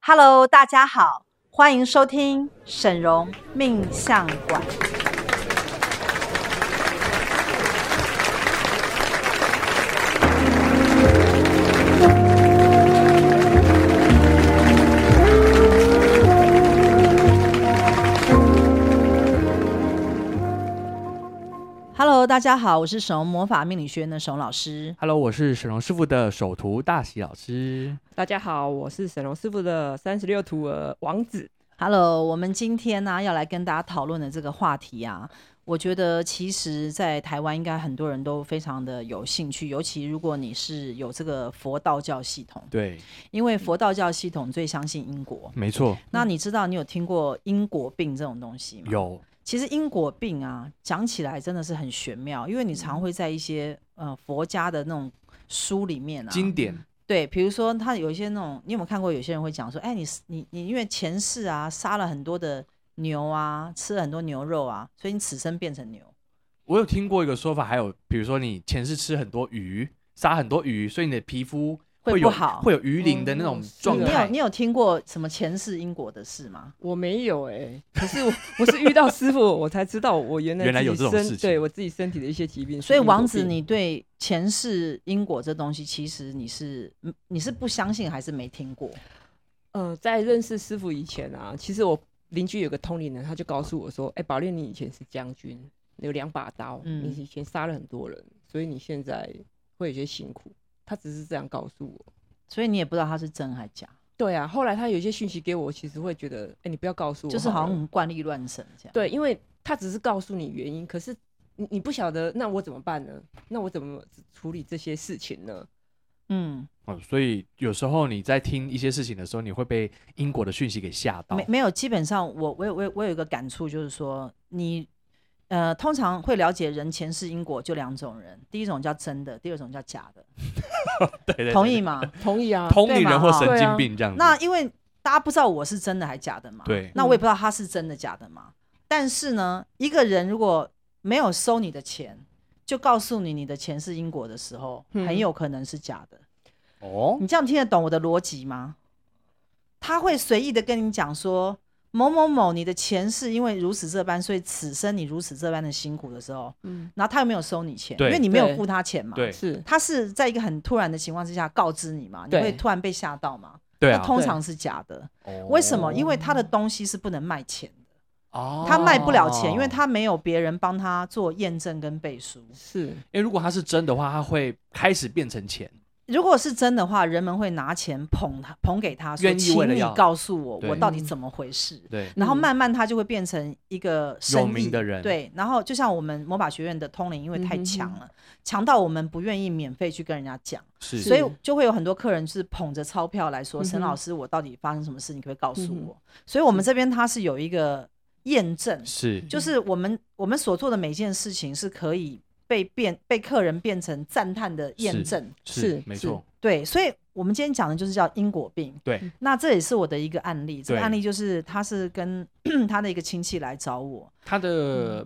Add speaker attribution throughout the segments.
Speaker 1: Hello， 大家好，欢迎收听沈荣命相馆。Hello， 大家好，我是沈荣魔法命理学院的沈荣老师。
Speaker 2: Hello， 我是沈荣师傅的首徒大喜老师。
Speaker 3: 大家好，我是沈荣师傅的36徒儿王子。
Speaker 1: Hello， 我们今天呢、要来跟大家讨论的这个话题啊，我觉得其实在台湾应该很多人都非常的有兴趣，尤其如果你是有这个佛道教系统。
Speaker 2: 对，
Speaker 1: 因为佛道教系统最相信因果。
Speaker 2: 没错。
Speaker 1: 那你知道你有听过因果病这种东西吗？
Speaker 2: 有。
Speaker 1: 其实因果病啊，讲起来真的是很玄妙，因为你常会在一些佛家的那种书里面啊，
Speaker 2: 经典。
Speaker 1: 对，比如说他有一些那种，你有没有看过有些人会讲说，哎，你因为前世啊杀了很多的牛啊，吃了很多牛肉啊，所以你此生变成牛。
Speaker 2: 我有听过一个说法，还有比如说你前世吃很多鱼，杀很多鱼，所以你的皮肤
Speaker 1: 会不好，
Speaker 2: 会有鱼鳞的那种状态。
Speaker 1: 你有听过什么前世因果的事吗？
Speaker 3: 我没有可是我是遇到师傅我才知道我原来
Speaker 2: 有这种事情，
Speaker 3: 对我自己身体的一些疾病。
Speaker 1: 所以王子，你对前世因果这东西，其实你是不相信还是没听过？
Speaker 3: 在认识师傅以前啊，其实我邻居有个通灵人，他就告诉我说，宝炼你以前是将军，有2把刀，你以前杀了很多人，所以你现在会有些辛苦。他只是这样告诉我，
Speaker 1: 所以你也不知道他是真还假。
Speaker 3: 对啊，后来他有一些讯息给我，其实会觉得，你不要告诉我，
Speaker 1: 就是好像怪力乱神这样。
Speaker 3: 对，因为他只是告诉你原因，可是你不晓得，那我怎么办呢？那我怎么处理这些事情呢？
Speaker 2: 所以有时候你在听一些事情的时候，你会被因果的讯息给吓到。
Speaker 1: 没有，基本上我有一个感触，就是说你。通常会了解人前世因果就2种人，第一种叫真的，第二种叫假的。
Speaker 2: 对，
Speaker 1: 同意吗？
Speaker 3: 同意啊，
Speaker 2: 通灵人或神经病这样子。
Speaker 1: 那因为大家不知道我是真的还假的嘛，
Speaker 2: 对，
Speaker 1: 那我也不知道他是真的假的嘛。但是呢，一个人如果没有收你的钱，就告诉你的前世因果的时候，很有可能是假的。你这样听得懂我的逻辑吗？他会随意的跟你讲说，某某某，你的前世因为如此这般，所以此生你如此这般的辛苦的时候，然后他又没有收你钱，因为你没有付他钱嘛，
Speaker 2: 对，
Speaker 1: 他是在一个很突然的情况之下告知你嘛，你会突然被吓到嘛，
Speaker 2: 对啊，
Speaker 1: 那通常是假的。为什么？因为他的东西是不能卖钱的，他卖不了钱，因为他没有别人帮他做验证跟背书。
Speaker 3: 是，
Speaker 2: 因为如果他是真的话，他会开始变成钱。
Speaker 1: 如果是真的话，人们会拿钱捧给他，说请你告诉我我到底怎么回事。
Speaker 2: 对，
Speaker 1: 然后慢慢他就会变成一个
Speaker 2: 有名的人。
Speaker 1: 对，然后就像我们魔法学院的通灵，因为太强了，强到我们不愿意免费去跟人家讲，所以就会有很多客人是捧着钞票来说，沈老师，我到底发生什么事，你可不可以告诉我？所以我们这边他是有一个验证，就是我们所做的每件事情是可以被客人变成赞叹的验证。
Speaker 2: 是没错。
Speaker 1: 对，所以我们今天讲的就是叫因果病。
Speaker 2: 对，
Speaker 1: 那这也是我的一个案例。这个案例就是他是跟他的一个亲戚来找我，
Speaker 2: 他的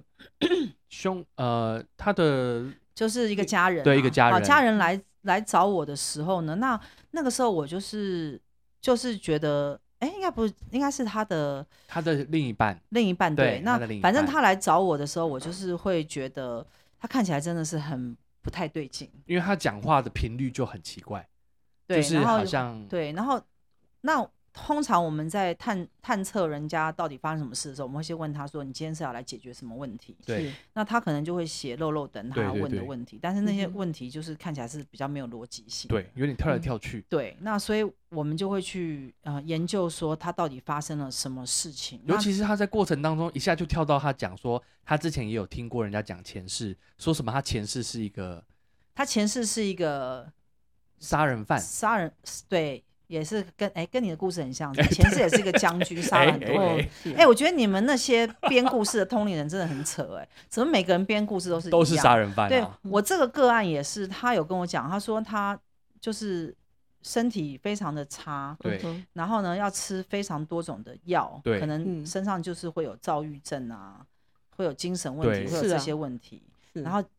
Speaker 2: 他的
Speaker 1: 就是一个家人，
Speaker 2: 对，一个家人。
Speaker 1: 家人来找我的时候呢，那个时候我就是觉得，应该是他的
Speaker 2: 另一半，
Speaker 1: 对。那反正他来找我的时候，我就是会觉得他看起来真的是很不太对劲，
Speaker 2: 因为他讲话的频率就很奇怪，
Speaker 1: 对，
Speaker 2: 就是好像
Speaker 1: 对，然后那通常我们在探测人家到底发生什么事的时候，我们会先问他说：“你今天是要来解决什么问题？”
Speaker 2: 对，
Speaker 1: 那他可能就会写漏等他问的问题，但是那些问题就是看起来是比较没有逻辑性，
Speaker 2: 对，有点跳来跳去。
Speaker 1: 对，那所以我们就会去研究说他到底发生了什么事情，
Speaker 2: 尤其是他在过程当中一下就跳到他讲说，他之前也有听过人家讲前世，说什么他前世是一个杀人犯，
Speaker 1: 对。也是跟你的故事很像，前世也是一个将军，杀了很多人。我觉得你们那些编故事的通灵人真的很扯怎么每个人编故事都是一样，
Speaker 2: 都是杀人犯？
Speaker 1: 对，我这个个案也是，他有跟我讲，他说他就是身体非常的差，
Speaker 2: 对，
Speaker 1: 然后呢要吃非常多种的药，
Speaker 2: 对，
Speaker 1: 可能身上就是会有躁郁症啊，会有精神问题，会有这些问题。然后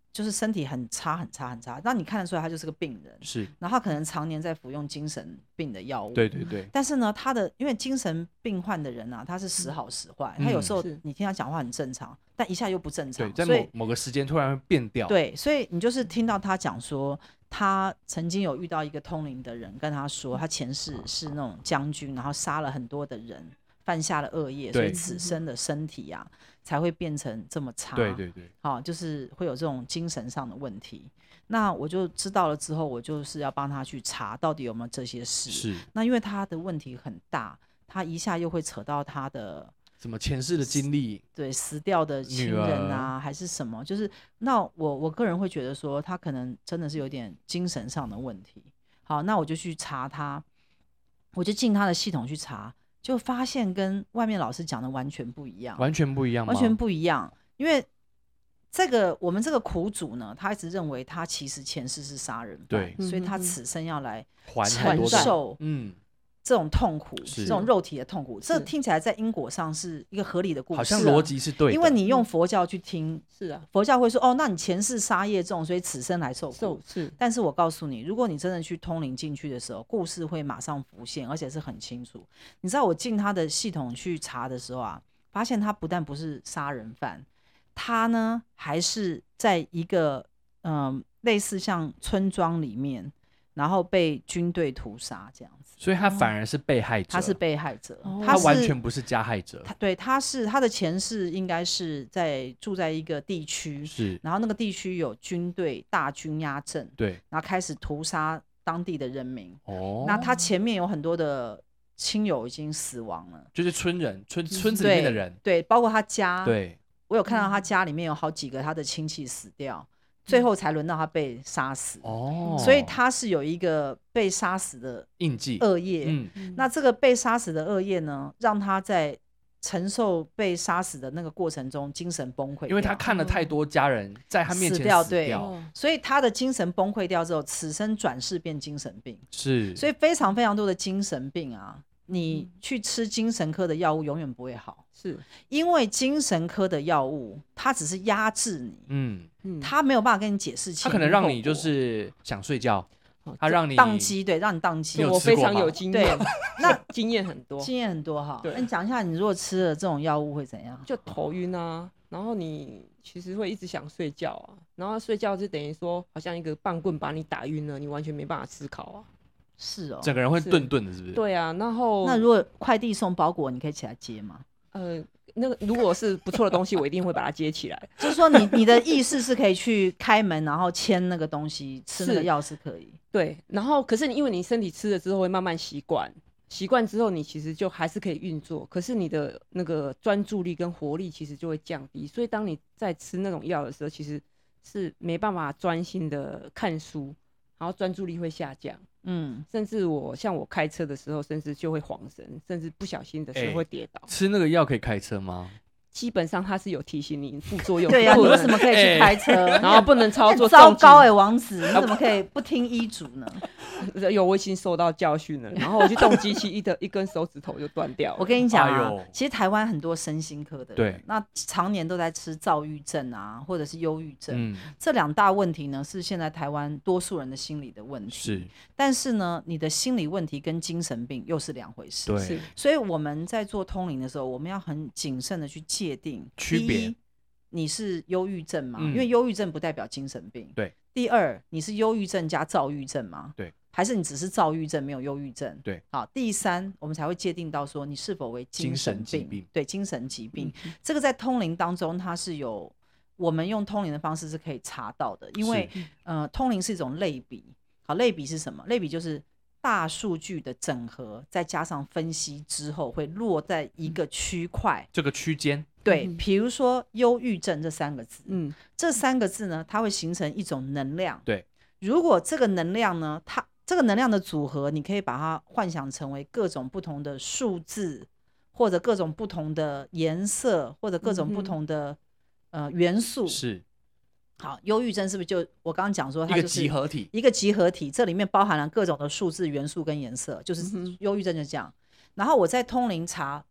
Speaker 1: 就是身体很差很差很差，那你看得出来他就是个病人，
Speaker 2: 是，
Speaker 1: 然后他可能常年在服用精神病的药物，
Speaker 2: 对对对。
Speaker 1: 但是呢，因为精神病患的人啊，他是时好时坏，他有时候你听他讲话很正常，但一下又不正常，
Speaker 2: 对，在某个时间突然会变掉。
Speaker 1: 对，所以你就是听到他讲说，他曾经有遇到一个通灵的人跟他说，他前世是那种将军，然后杀了很多的人，犯下了恶业，所以此生的身体啊才会变成这么差。
Speaker 2: 对对对，
Speaker 1: 就是会有这种精神上的问题。那我就知道了之后，我就是要帮他去查到底有没有这些事。
Speaker 2: 是。
Speaker 1: 那因为他的问题很大，他一下又会扯到他的
Speaker 2: 什么前世的经历，
Speaker 1: 对，死掉的亲人啊，还是什么？就是那我个人会觉得说，他可能真的是有点精神上的问题。好，那我就去查他，我就进他的系统去查。就发现跟外面老师讲的完全不一样，
Speaker 2: 完全不一样吗？
Speaker 1: 完全不一样。因为我们这个苦主呢，他一直认为他其实前世是杀人犯，所以他此生要来承受这种痛苦，这种肉体的痛苦。这听起来在因果上是一个合理的故事，
Speaker 2: 好像逻辑是对的。
Speaker 1: 因为你用佛教去听，
Speaker 3: 是啊，
Speaker 1: 佛教会说那你前世杀业重，所以此生来受苦。
Speaker 3: 是，
Speaker 1: 但是我告诉你，如果你真的去通灵进去的时候，故事会马上浮现，而且是很清楚。你知道我进他的系统去查的时候啊，发现他不但不是杀人犯，他呢还是在一个类似像村庄里面，然后被军队屠杀这样子。
Speaker 2: 所以他反而是被害者，
Speaker 1: 他是被害者，
Speaker 2: 他完全不是加害者。
Speaker 1: 对，他的前世应该是住在一个地区，
Speaker 2: 是，
Speaker 1: 然后那个地区有军队大军压阵，
Speaker 2: 对，
Speaker 1: 然后开始屠杀当地的人民。那他前面有很多的亲友已经死亡了，
Speaker 2: 就是村子里面的人，
Speaker 1: 对，包括他家，
Speaker 2: 对，
Speaker 1: 我有看到他家里面有好几个他的亲戚死掉。最后才轮到他被杀死，所以他是有一个被杀死的
Speaker 2: 印记
Speaker 1: 恶业。那这个被杀死的恶业呢，让他在承受被杀死的那个过程中精神崩溃，
Speaker 2: 因为他看了太多家人在他面前死
Speaker 1: 掉，对，所以他的精神崩溃掉之后，此生转世变精神病。
Speaker 2: 是，所
Speaker 1: 以非常非常多的精神病啊，你去吃精神科的药物永远不会好，
Speaker 3: 是
Speaker 1: 因为精神科的药物它只是压制你，他没有办法跟你解释清楚，
Speaker 2: 他可能让你就是想睡觉，他让你
Speaker 1: 宕机，对，让你宕机。
Speaker 3: 我非常有经验，那经验很多哈。
Speaker 1: 那你讲一下，你如果吃了这种药物会怎样？
Speaker 3: 就头晕啊，然后你其实会一直想睡觉啊，然后睡觉就等于说好像一个棒棍把你打晕了，你完全没办法思考啊。
Speaker 1: 是哦，
Speaker 2: 整个人会顿顿的，是不是？
Speaker 3: 对啊，然后
Speaker 1: 那如果快递送包裹，你可以起来接吗？
Speaker 3: 那个如果是不错的东西，我一定会把它接起来。
Speaker 1: 就是说你的意识是可以去开门，然后牵那个东西，吃那个药是可以。
Speaker 3: 对，然后可是因为你身体吃了之后会慢慢习惯之后，你其实就还是可以运作，可是你的那个专注力跟活力其实就会降低。所以当你在吃那种药的时候，其实是没办法专心的看书，然后专注力会下降。甚至我开车的时候，甚至就会晃神，甚至不小心的时候会跌倒。
Speaker 2: 吃那个药可以开车吗？
Speaker 3: 基本上它是有提醒你副作用。
Speaker 1: 对呀，你为什么可以去开车？
Speaker 3: 然后不能操作。
Speaker 1: 糟糕王子，你怎么可以不听医嘱呢？
Speaker 3: 我已经受到教训了。然后我去动机器，一根手指头就断掉了。
Speaker 1: 我跟你讲啊，其实台湾很多身心科的人，
Speaker 2: 对，
Speaker 1: 那常年都在吃躁郁症啊，或者是忧郁症。这两大问题呢，是现在台湾多数人的心理的问题。
Speaker 2: 是，
Speaker 1: 但是呢，你的心理问题跟精神病又是两回事。
Speaker 2: 对，
Speaker 1: 所以我们在做通灵的时候，我们要很谨慎的去界定
Speaker 2: 区别。
Speaker 1: 你是忧郁症吗？因为忧郁症不代表精神病。
Speaker 2: 对。
Speaker 1: 第二，你是忧郁症加躁郁症吗？
Speaker 2: 对。
Speaker 1: 还是你只是躁郁症没有忧郁症？
Speaker 2: 对。
Speaker 1: 好，第三，我们才会界定到说你是否为精神病。对，精神疾病。这个在通灵当中，它是有我们用通灵的方式是可以查到的，因为通灵是一种类比。好，类比是什么？类比就是大数据的整合，再加上分析之后，会落在一个区块，
Speaker 2: 这个区间。
Speaker 1: 对，比如说忧郁症这三个字，这三个字呢，它会形成一种能量。
Speaker 2: 对，
Speaker 1: 如果这个能量呢，这个能量的组合，你可以把它幻想成为各种不同的数字，或者各种不同的颜色，或者各种不同的元素。
Speaker 2: 是。
Speaker 1: 好，忧郁症是不是就我刚刚讲说它就是
Speaker 2: 一个集合体？
Speaker 1: 一个集合体，这里面包含了各种的数字、元素跟颜色，就是忧郁症就这样。然后我在通灵查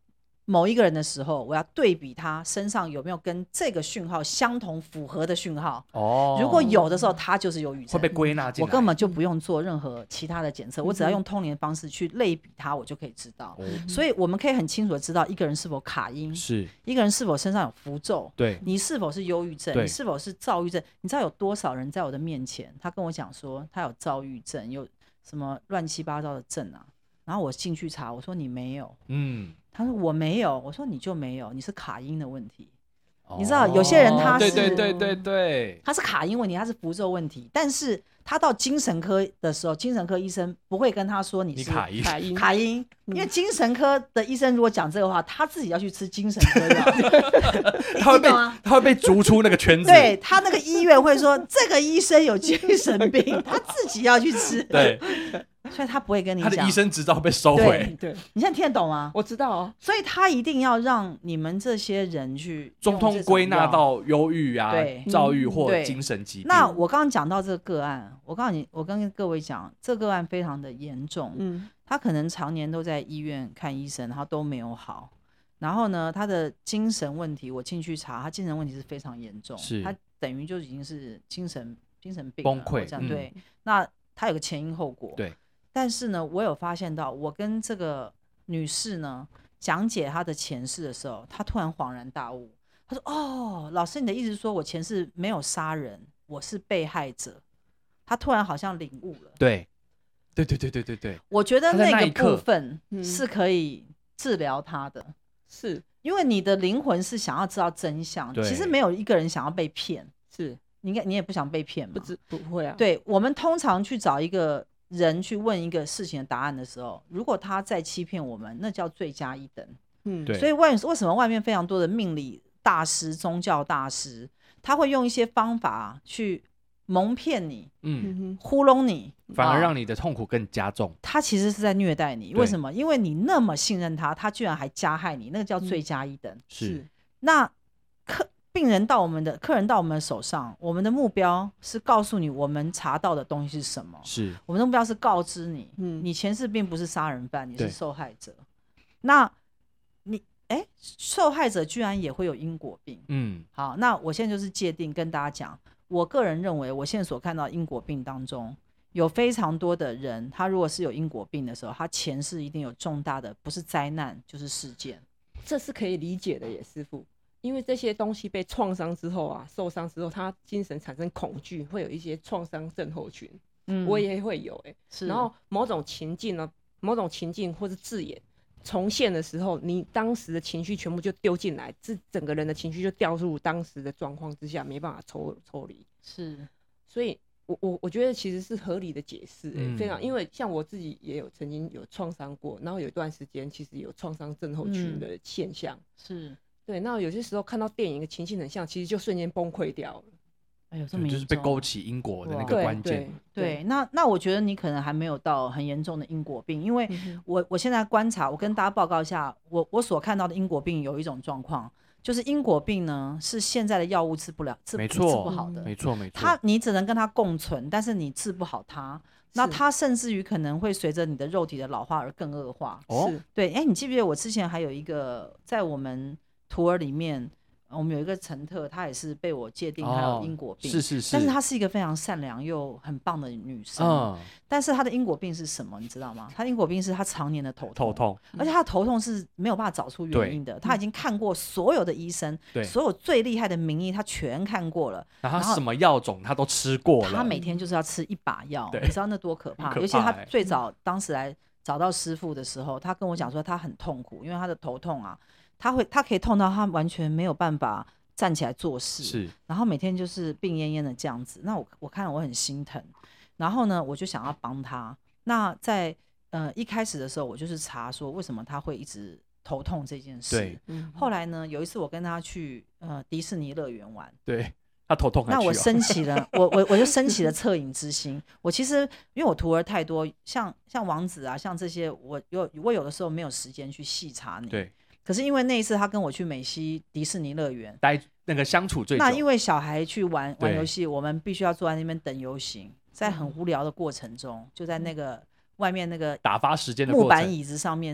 Speaker 1: 某一个人的时候，我要对比他身上有没有跟这个讯号相同符合的讯号。如果有的时候，他就是忧郁症，
Speaker 2: 会被归纳进来。
Speaker 1: 我根本就不用做任何其他的检测，我只要用通灵的方式去类比他，我就可以知道。所以我们可以很清楚的知道一个人是否卡阴，
Speaker 2: 是一
Speaker 1: 个人是否身上有符咒，
Speaker 2: 对，
Speaker 1: 你是否是忧郁症，你是否是躁郁症。你知道有多少人在我的面前，他跟我讲说他有躁郁症，有什么乱七八糟的症啊？然后我进去查，我说你没有，他说我没有，我说你就没有，你是卡阴的问题。你知道有些人他是
Speaker 2: 对，
Speaker 1: 他是卡阴问题，他是符咒问题，但是他到精神科的时候，精神科医生不会跟他说你是
Speaker 2: 卡
Speaker 1: 阴，因为精神科的医生如果讲这个话，他自己要去吃精神科药，
Speaker 2: 他会被逐出那个圈子。
Speaker 1: 对，他那个医院会说这个医生有精神病，他自己要去吃。
Speaker 2: 对。
Speaker 1: 所以他不会跟你讲，
Speaker 2: 他的医生执照被收回。
Speaker 1: 对，你现在听得懂吗？
Speaker 3: 我知道啊。
Speaker 1: 所以他一定要让你们这些人去
Speaker 2: 中通归纳到忧郁啊、躁郁或精神疾病。
Speaker 1: 那我刚刚讲到这个个案，我跟各位讲，这个案非常的严重。他可能常年都在医院看医生，然后都没有好。然后呢，他的精神问题，我进去查，他精神问题是非常严重，他等于就已经是精神病
Speaker 2: 崩溃。
Speaker 1: 这样对，那他有个前因后果。
Speaker 2: 对。
Speaker 1: 但是呢，我有发现到，我跟这个女士呢讲解她的前世的时候，她突然恍然大悟。她说：“哦，老师，你的意思是说我前世没有杀人，我是被害者。”她突然好像领悟了。
Speaker 2: 对。
Speaker 1: 我觉得那个部分是可以治疗她的，
Speaker 3: 是
Speaker 1: 因为你的灵魂是想要知道真相。其实没有一个人想要被骗，
Speaker 3: 是
Speaker 1: 你也不想被骗嘛？
Speaker 3: 不会啊。
Speaker 1: 对，我们通常去找一个人去问一个事情的答案的时候，如果他再欺骗我们，那叫罪加一等。
Speaker 2: 对。
Speaker 1: 所以为什么外面非常多的命理大师、宗教大师，他会用一些方法去蒙骗你，糊弄你，
Speaker 2: 反而让你的痛苦更加重。
Speaker 1: 他其实是在虐待你。为什么？因为你那么信任他，他居然还加害你，那个叫罪加一等。
Speaker 2: 是。
Speaker 1: 那客人到我们的手上，我们的目标是告诉你我们查到的东西是什么。
Speaker 2: 是。
Speaker 1: 我们的目标是告知你，你前世并不是杀人犯，你是受害者。那你受害者居然也会有因果病。好，那我现在就是界定跟大家讲，我个人认为我现在所看到因果病当中，有非常多的人，他如果是有因果病的时候，他前世一定有重大的，不是灾难就是事件。
Speaker 3: 这是可以理解的耶，师父。因为这些东西被创伤之后啊，受伤之后，他精神产生恐惧，会有一些创伤症候群。我也会有然后某种情境或是字眼重现的时候，你当时的情绪全部就丢进来，整个人的情绪就掉入当时的状况之下，没办法抽离。
Speaker 1: 是，
Speaker 3: 所以我觉得其实是合理的解释非常，因为像我自己也有曾经有创伤过，然后有一段时间其实有创伤症候群的现象。
Speaker 1: 是。
Speaker 3: 对，那有些时候看到电影的情境很像，其实就瞬间崩溃掉了。
Speaker 1: 哎呦，这么严重，
Speaker 2: 就是被勾起因果的那个关键。
Speaker 1: 对，那我觉得你可能还没有到很严重的因果病，因为我现在观察，我跟大家报告一下，我所看到的因果病有一种状况，就是因果病呢是现在的药物治不好的，
Speaker 2: 没错，
Speaker 1: 你只能跟它共存，但是你治不好它。那它甚至于可能会随着你的肉体的老化而更恶化。对，你记不记得我之前还有一个在我们徒儿里面，我们有一个陈特，她也是被我界定她有因果病。
Speaker 2: 是。
Speaker 1: 但是她是一个非常善良又很棒的女生。但是她的因果病是什么？你知道吗？她的因果病是她常年的头痛，而且她的头痛是没有办法找出原因的。她已经看过所有的医生，所有最厉害的名医，她全看过了。
Speaker 2: 然后什么药种她都吃过了。
Speaker 1: 她每天就是要吃1把药，你知道那多可怕？尤其她最早当时来找到师父的时候，她跟我讲说她很痛苦，因为她的头痛啊。他可以痛到他完全没有办法站起来做事，
Speaker 2: 是，
Speaker 1: 然后每天就是病恹恹的这样子。那我看了我很心疼，然后呢，我就想要帮他。那在一开始的时候，我就是查说为什么他会一直头痛这件事。
Speaker 2: 对，
Speaker 1: 后来呢，有一次我跟他去迪士尼乐园玩，
Speaker 2: 对。他头痛，
Speaker 1: 那我升起了我就升起了恻隐之心。我其实因为我徒儿太多，像王子啊，像这些，我有的时候没有时间去细查你。
Speaker 2: 对。
Speaker 1: 可是因为那一次他跟我去美西迪士尼乐园
Speaker 2: 待那个相处最久，
Speaker 1: 那因为小孩去玩游戏，我们必须要坐在那边等游行，在很无聊的过程中，就在那个外面那个
Speaker 2: 打发时间的
Speaker 1: 木板椅子上面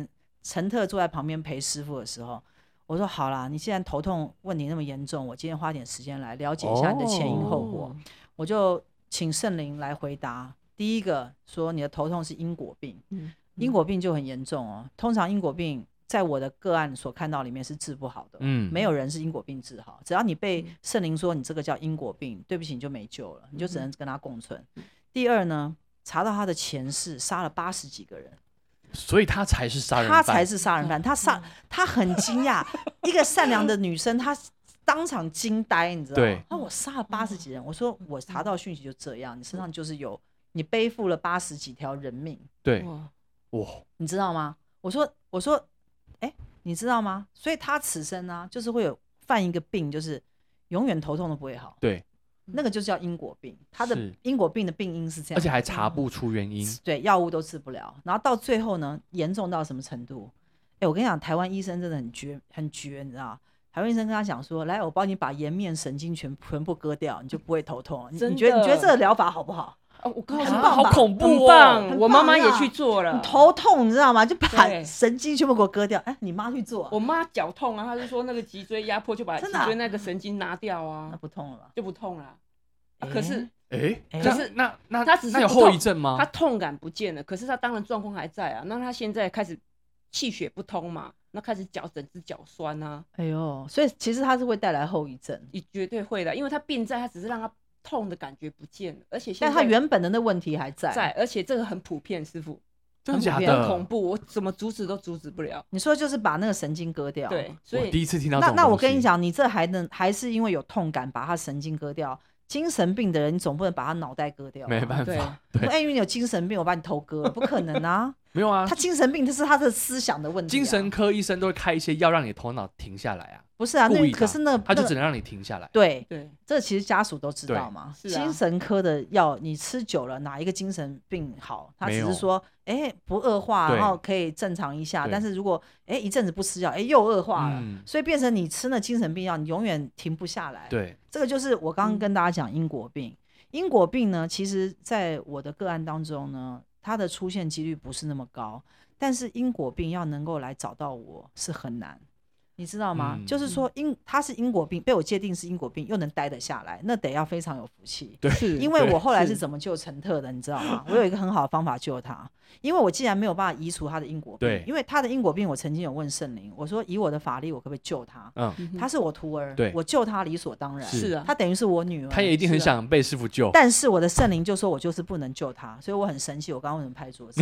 Speaker 1: 陈特坐在旁边陪师傅的时候，我说好啦，你既然头痛问题那么严重，我今天花点时间来了解一下你的前因后果。我就请圣灵来回答。第一个说你的头痛是因果病，因果病就很严重哦。通常因果病在我的个案所看到里面是治不好的，没有人是因果病治好。只要你被圣灵说你这个叫因果病，对不起，你就没救了，你就只能跟他共存。第二呢，查到他的前世杀了80几个人。
Speaker 2: 所以他才是杀人犯，
Speaker 1: 他才是杀人犯。他很惊讶，一个善良的女生，她当场惊呆，你知道吗？对，我杀了80几人。我说我查到讯息就这样，你身上就是你背负了80几条人命。
Speaker 2: 对，哇，
Speaker 1: 你知道吗？我说，你知道吗？所以他此生呢，就是会有犯一个病，就是永远头痛都不会好。对。那个就叫因果病，他的因果病的病因是这样，
Speaker 2: 而且还查不出原因，
Speaker 1: 对，药物都治不了，然后到最后呢，严重到什么程度？我跟你讲，台湾医生真的很绝，你知道？台湾医生跟他讲说，来，我帮你把颜面神经全部割掉，你就不会头痛。你觉得这个疗法好不好？
Speaker 3: 我告诉你，
Speaker 2: 好恐怖
Speaker 3: 哦！我妈妈也去做了，
Speaker 1: 头痛你知道吗？就把神经全部给我割掉。你妈去做？
Speaker 3: 我妈脚痛啊，她就说那个脊椎压迫，就把脊椎那个神经拿掉啊，
Speaker 1: 那不痛了吧？
Speaker 3: 就不痛了。可是，
Speaker 2: 那
Speaker 3: 他只是
Speaker 2: 有后遗症吗？
Speaker 3: 他痛感不见了，可是他当然状况还在啊。那他现在开始气血不通嘛，那开始整只脚酸啊。
Speaker 1: 哎呦，所以其实他是会带来后遗症，
Speaker 3: 你绝对会的，因为他病在，他只是让他痛的感觉不见了，而且现在
Speaker 1: 但他原本的那问题还在，
Speaker 3: 而且这个很普遍，师傅。
Speaker 2: 真的假的？
Speaker 3: 很恐怖，我怎么阻止都阻止不了。
Speaker 1: 你说就是把那个神经割掉，
Speaker 3: 对，所以
Speaker 2: 我第一次听到这种东西。
Speaker 1: 那我跟你讲，你这还是因为有痛感把他神经割掉。精神病的人，你总不能把他脑袋割掉，
Speaker 2: 没办法。
Speaker 1: 对，因为你有精神病，我把你头割了，不可能啊。
Speaker 2: 没有啊，
Speaker 1: 他精神病，这是他的思想的问题。
Speaker 2: 精神科医生都会开一些药让你头脑停下来啊。
Speaker 1: 不是啊，可是
Speaker 2: 他就只能让你停下来。
Speaker 1: 对，这其实家属都知道嘛。精神科的药你吃久了，哪一个精神病好？他只是说，不恶化，然后可以正常一下。但是如果一阵子不吃药，又恶化了，所以变成你吃了精神病药，你永远停不下来。
Speaker 2: 对，
Speaker 1: 这个就是我刚刚跟大家讲因果病。因果病呢，其实在我的个案当中呢，它的出现几率不是那么高，但是因果病要能够来找到我是很难。你知道吗？就是说他是因果病，被我界定是因果病，又能待得下来，那得要非常有福气。
Speaker 2: 对，
Speaker 1: 因为我后来是怎么救陈特的，你知道吗？我有一个很好的方法救他，因为我既然没有办法移除他的因果病，因为他的因果病，我曾经有问圣灵，我说以我的法力，我可不可以救他？他是我徒儿，我救他理所当然。
Speaker 3: 是啊，
Speaker 1: 他等于是我女儿，
Speaker 2: 他也一定很想被师父救。
Speaker 1: 但是我的圣灵就说我就是不能救他，所以我很生气。我刚刚为什么拍桌子？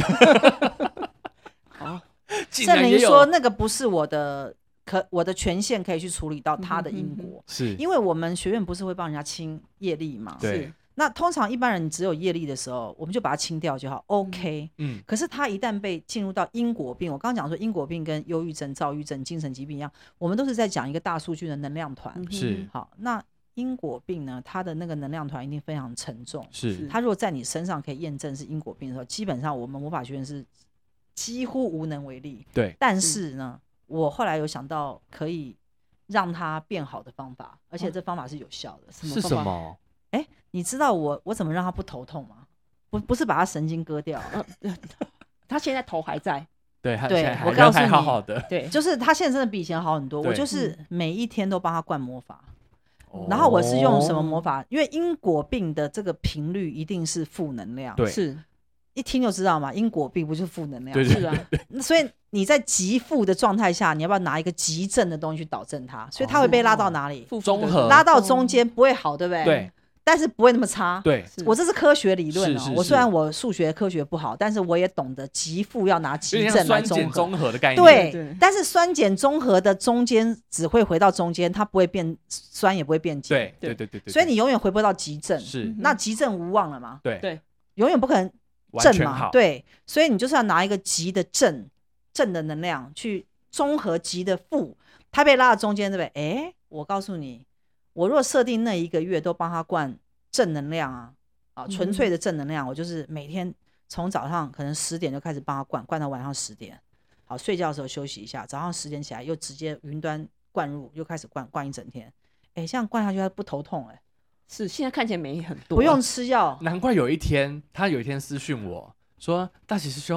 Speaker 1: 圣灵说那个不是我的权限可以去处理到他的因果，
Speaker 2: 是
Speaker 1: 因为我们学院不是会帮人家清业力嘛？
Speaker 2: 对。
Speaker 1: 那通常一般人只有业力的时候，我们就把它清掉就好 ，OK。可是他一旦被进入到因果病，我刚刚讲说因果病跟忧郁症、躁郁症、精神疾病一样，我们都是在讲一个大数据的能量团。
Speaker 2: 是。
Speaker 1: 好，那因果病呢，它的那个能量团一定非常沉重。
Speaker 2: 是。
Speaker 1: 它如果在你身上可以验证是因果病的时候，基本上我们魔法学院是几乎无能为力。
Speaker 2: 对。
Speaker 1: 但是呢，我后来有想到可以让它变好的方法，而且这方法是有效的。
Speaker 2: 是什么？
Speaker 1: 你知道我怎么让他不头痛吗？不是把他神经割掉，
Speaker 3: 他现在头还在。
Speaker 2: 对，
Speaker 1: 我告诉你，
Speaker 2: 好好的，
Speaker 1: 对，就是他现在真的比以前好很多。我就是每一天都帮他灌魔法，然后我是用什么魔法？因为因果病的这个频率一定是负能量，
Speaker 2: 对，
Speaker 3: 是
Speaker 1: 一听就知道嘛，因果病不就是负能量？
Speaker 2: 对，
Speaker 3: 是啊。
Speaker 1: 所以你在极负的状态下，你要不要拿一个极正的东西去导正它？所以它会被拉到哪里？
Speaker 2: 中和，
Speaker 1: 拉到中间不会好，对不对？
Speaker 2: 对。
Speaker 1: 但是不会那么差。
Speaker 2: 对，
Speaker 1: 我这是科学理论哦。我虽然我数学科学不好，但是我也懂得极负要拿极正来
Speaker 2: 中和的概念。
Speaker 1: 对，但是酸碱中和的中间只会回到中间，它不会变酸，也不会变碱。
Speaker 2: 对。
Speaker 1: 所以你永远回不到极正。
Speaker 2: 是。
Speaker 1: 那极正无望了嘛？
Speaker 2: 对。
Speaker 1: 永远不可能正嘛？对。所以你就是要拿一个极的正的能量去中和极的负，它被拉到中间，对不对？我告诉你。我若设定那1个月都帮他灌正能量纯粹的正能量，我就是每天从早上可能10点就开始帮他灌到晚上10点，好，睡觉的时候休息一下，早上10点起来又直接云端灌入，又开始灌一整天。这样灌下去他不头痛。
Speaker 3: 是现在看起来没很多，
Speaker 1: 不用吃药。
Speaker 2: 难怪他有一天私讯我说，大喜师兄，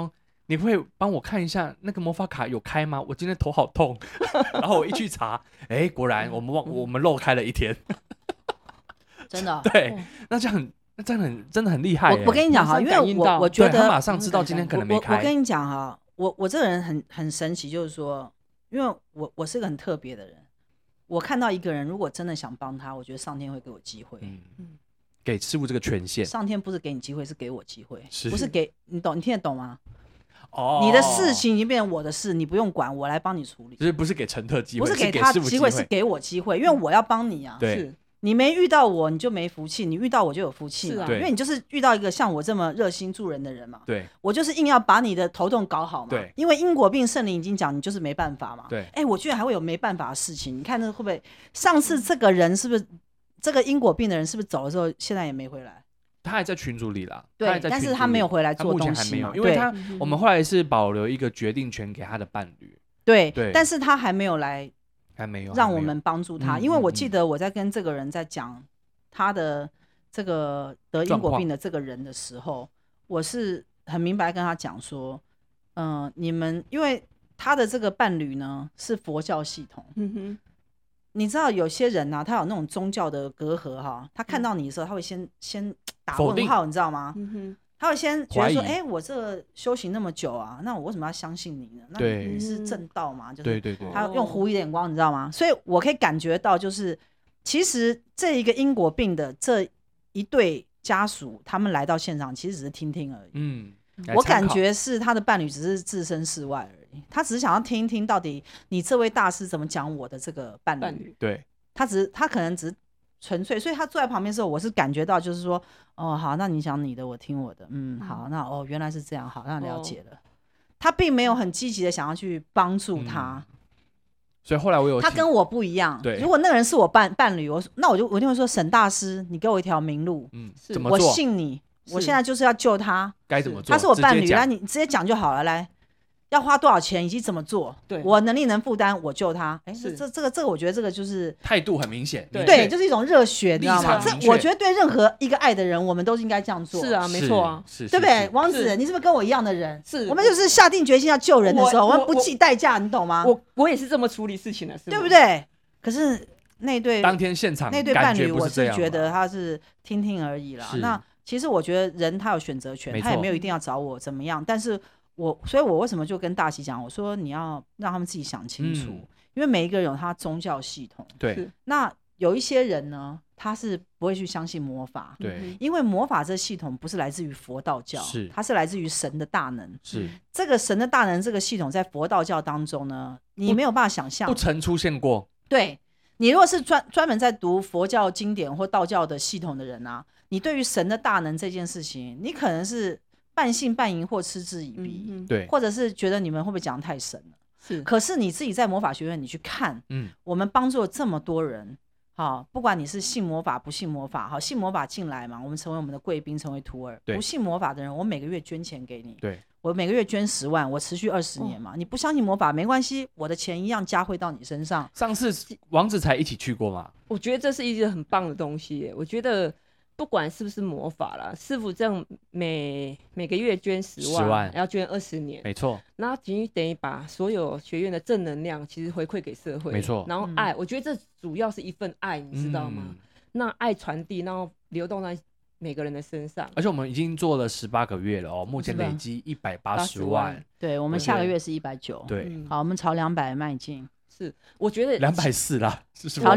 Speaker 2: 你会帮我看一下那个魔法卡有开吗？我今天头好痛。然后我一去查，果然我们漏开了一天。
Speaker 1: 真的。
Speaker 2: 对，那这样真的很厉害。
Speaker 1: 我跟你讲哈，因为我觉得
Speaker 2: 他马上知道今天可能没开。
Speaker 1: 我跟你讲哈，我这个人很神奇，就是说，因为我是个很特别的人，我看到一个人如果真的想帮他，我觉得上天会给我机会。
Speaker 2: 给师傅这个权限，
Speaker 1: 上天不是给你机会，是给我机会，
Speaker 2: 是
Speaker 1: 不是给你懂？你听得懂吗？你的事情已经变成我的事，你不用管，我来帮你处理。
Speaker 2: 就是不是给陈特机会，
Speaker 1: 不是给他机会，是给我机会，因为我要帮你啊。
Speaker 2: 对，
Speaker 1: 你没遇到我，你就没福气；你遇到我就有福气嘛。
Speaker 3: 是啊，
Speaker 1: 因为你就是遇到一个像我这么热心助人的人嘛。
Speaker 2: 对，
Speaker 1: 我就是硬要把你的头痛搞好嘛。
Speaker 2: 对，
Speaker 1: 因为因果病圣灵已经讲，你就是没办法嘛。
Speaker 2: 对，
Speaker 1: 我居然还会有没办法的事情，你看那会不会？上次这个人是不是这个因果病的人是不是走的时候，现在也没回来？
Speaker 2: 他还在群组里啦，
Speaker 1: 对，但是他没有回来做东西嘛，
Speaker 2: 因为我们后来是保留一个决定权给他的伴侣，
Speaker 1: 对，但是他还没有来，
Speaker 2: 还没有
Speaker 1: 让我们帮助他，因为我记得我在跟这个人在讲他的这个得因果病的这个人的时候，我是很明白跟他讲说，你们因为他的这个伴侣呢是佛教系统，你知道有些人啊，他有那种宗教的隔阂哈，他看到你的时候，他会先打问号，你知道吗？他会先觉得说，我这个修行那么久啊，那我为什么要相信你呢？那你是正道嘛？就是对，他用狐疑的眼光，你知道吗？所以我可以感觉到，就是其实这一个因果病的这一对家属，他们来到现场，其实只是听听而已。我感觉是他的伴侣只是置身事外而已，他只是想要听一听到底你这位大师怎么讲我的这个伴侣。
Speaker 2: 对，
Speaker 1: 他可能只是纯粹，所以他坐在旁边的时候，我是感觉到就是说，好，那你讲你的，我听我的，好，那原来是这样，好，那了解了。他并没有很积极的想要去帮助他。
Speaker 2: 所以后来我有
Speaker 1: 他跟我不一样，
Speaker 2: 对，
Speaker 1: 如果那个人是我伴侣，那我一定会说，沈大师，你给我一条明路，
Speaker 2: 怎么做？
Speaker 1: 我信你。我现在就是要救他，
Speaker 2: 该怎么做？
Speaker 1: 他是我伴侣，来，你直接讲就好了。来，要花多少钱以及怎么做？
Speaker 3: 对，
Speaker 1: 我能力能负担，我救他。这个，我觉得这个就是
Speaker 2: 态度很明显。
Speaker 1: 对，就是一种热血，你知道吗？这我觉得对任何一个爱的人，我们都应该这样做。
Speaker 3: 是啊，没错啊，
Speaker 1: 对不对？王子，你是不是跟我一样的人？
Speaker 3: 是，
Speaker 1: 我们就是下定决心要救人的时候，我们不计代价，你懂吗？
Speaker 3: 我也是这么处理事情的，
Speaker 1: 对不对？可是那对
Speaker 2: 当天现场
Speaker 1: 那对伴侣，我是觉得他是听听而已啦。那其实我觉得人他有选择权，他也没有一定要找我怎么样。但是所以我为什么就跟大喜讲，我说你要让他们自己想清楚，因为每一个人有他宗教系统。
Speaker 2: 对，
Speaker 1: 那有一些人呢，他是不会去相信魔法，
Speaker 2: 对，
Speaker 1: 因为魔法这系统不是来自于佛道教，它是来自于神的大能。
Speaker 2: 是
Speaker 1: 这个神的大能这个系统在佛道教当中呢，你没有办法想象，
Speaker 2: 不曾出现过。
Speaker 1: 对，你如果是专门在读佛教经典或道教的系统的人啊，你对于神的大能这件事情，你可能是半信半疑或嗤之以鼻，
Speaker 2: 对，
Speaker 1: 或者是觉得你们会不会讲得太神了？是，可是你自己在魔法学院你去看，我们帮助了这么多人，好，不管你是信魔法不信魔法，好，信魔法进来嘛，我们成为我们的贵宾，成为徒儿；不信魔法的人，我每个月捐钱给你，
Speaker 2: 对，
Speaker 1: 我每个月捐10万，我持续20年嘛。你不相信魔法没关系，我的钱一样加汇到你身上。
Speaker 2: 上次王子才一起去过嘛？
Speaker 3: 我觉得这是一个很棒的东西耶。我觉得不管是不是魔法啦，师傅这样每个月捐10万，要捐20年，
Speaker 2: 没错。
Speaker 3: 然后等于把所有学院的正能量其实回馈给社会，
Speaker 2: 没错。
Speaker 3: 然后爱，我觉得这主要是一份爱，你知道吗？那爱传递，然后流动在每个人的身上。
Speaker 2: 而且我们已经做了18个月了哦，目前累积180万。
Speaker 1: 对，我们下个月是190。
Speaker 2: 对，
Speaker 1: 好，我们朝200迈进。
Speaker 3: 是，我觉得
Speaker 2: 240啦，
Speaker 1: 朝